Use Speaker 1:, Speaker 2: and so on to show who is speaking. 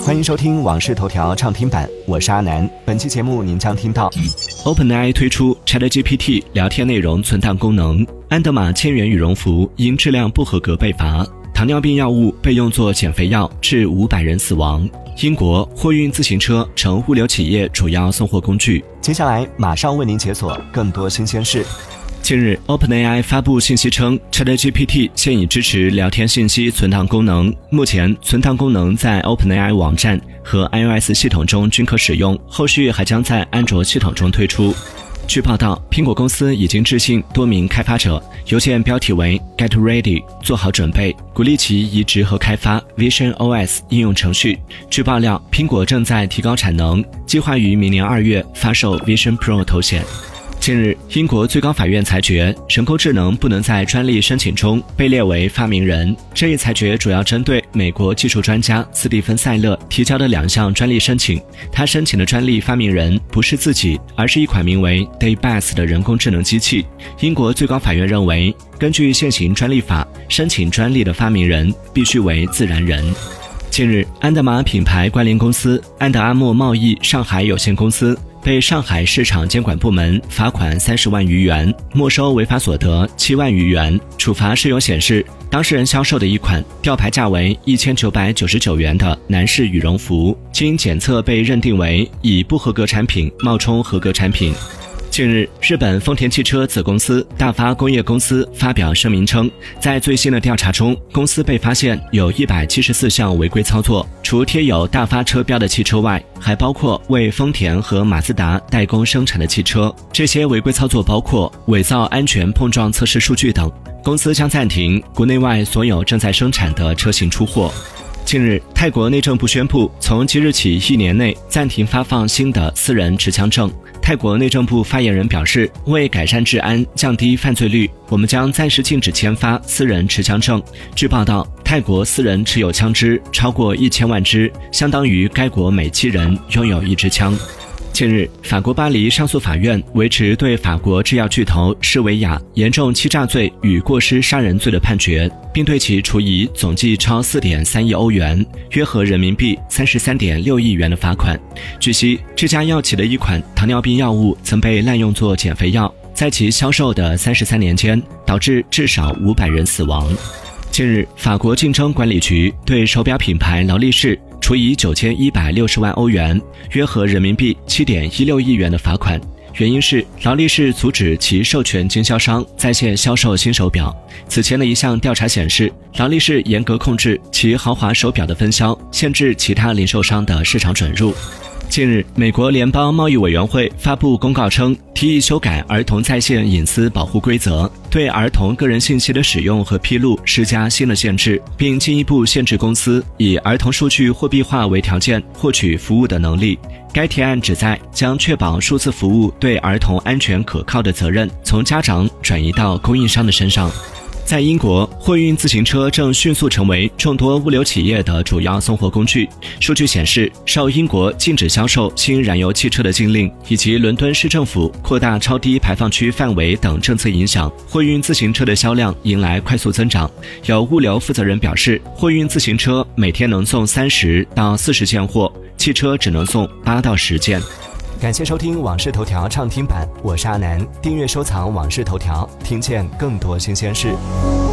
Speaker 1: 欢迎收听网视头条畅听版，我是阿南。本期节目您将听到
Speaker 2: OpenAI 推出 ChatGPT 聊天内容存档功能，安德玛千元羽绒服因质量不合格被罚，糖尿病药物被用作减肥药致500人死亡，英国货运自行车成物流企业主要送货工具。
Speaker 1: 接下来马上为您解锁更多新鲜事。
Speaker 2: 近日 OpenAI 发布信息称 ChatGPT 现已支持聊天信息存档功能，目前存档功能在 OpenAI 网站和 iOS 系统中均可使用，后续还将在安卓系统中推出。据报道，苹果公司已经致信多名开发者，邮件标题为 Get Ready 做好准备，鼓励其移植和开发 Vision OS 应用程序。据爆料，苹果正在提高产能，计划于明年2月发售 Vision Pro 头显。近日，英国最高法院裁决，人工智能不能在专利申请中被列为发明人。这一裁决主要针对美国技术专家斯蒂芬·塞勒提交的2项专利申请。他申请的专利发明人不是自己，而是一款名为 Daybase 的人工智能机器。英国最高法院认为，根据现行专利法，申请专利的发明人必须为自然人。近日，安德玛品牌关联公司安德阿莫贸易上海有限公司被上海市场监管部门罚款30万余元，没收违法所得7万余元。处罚事由显示，当事人销售的一款吊牌价为1999元的男士羽绒服，经检测被认定为以不合格产品冒充合格产品。近日，日本丰田汽车子公司大发工业公司发表声明称，在最新的调查中，公司被发现有174项违规操作，除贴有大发车标的汽车外，还包括为丰田和马自达代工生产的汽车。这些违规操作包括伪造安全碰撞测试数据等。公司将暂停国内外所有正在生产的车型出货。近日，泰国内政部宣布，从即日起1年内暂停发放新的私人持枪证。泰国内政部发言人表示，为改善治安、降低犯罪率，我们将暂时禁止签发私人持枪证。据报道，泰国私人持有枪支超过1000万支，相当于该国每7人拥有1支枪。近日，法国巴黎上诉法院维持对法国制药巨头施维雅严重欺诈罪与过失杀人罪的判决，并对其处以总计超4.3亿欧元，约合人民币33.6亿元的罚款。据悉，这家药企的一款糖尿病药物曾被滥用作减肥药，在其销售的33年间，导致至少500人死亡。近日，法国竞争管理局对手表品牌劳力士处以9160万欧元，约合人民币7.16亿元的罚款，原因是劳力士阻止其授权经销商在线销售新手表。此前的一项调查显示，劳力士严格控制其豪华手表的分销，限制其他零售商的市场准入。近日，美国联邦贸易委员会发布公告称，提议修改儿童在线隐私保护规则，对儿童个人信息的使用和披露施加新的限制，并进一步限制公司以儿童数据货币化为条件获取服务的能力。该提案旨在将确保数字服务对儿童安全可靠的责任从家长转移到供应商的身上。在英国，货运自行车正迅速成为众多物流企业的主要送货工具。数据显示，受英国禁止销售新燃油汽车的禁令，以及伦敦市政府扩大超低排放区范围等政策影响，货运自行车的销量迎来快速增长。有物流负责人表示，货运自行车每天能送30到40件货，汽车只能送8到10件。
Speaker 1: 感谢收听网视头条畅听版，我是阿南。订阅收藏网视头条，听见更多新鲜事。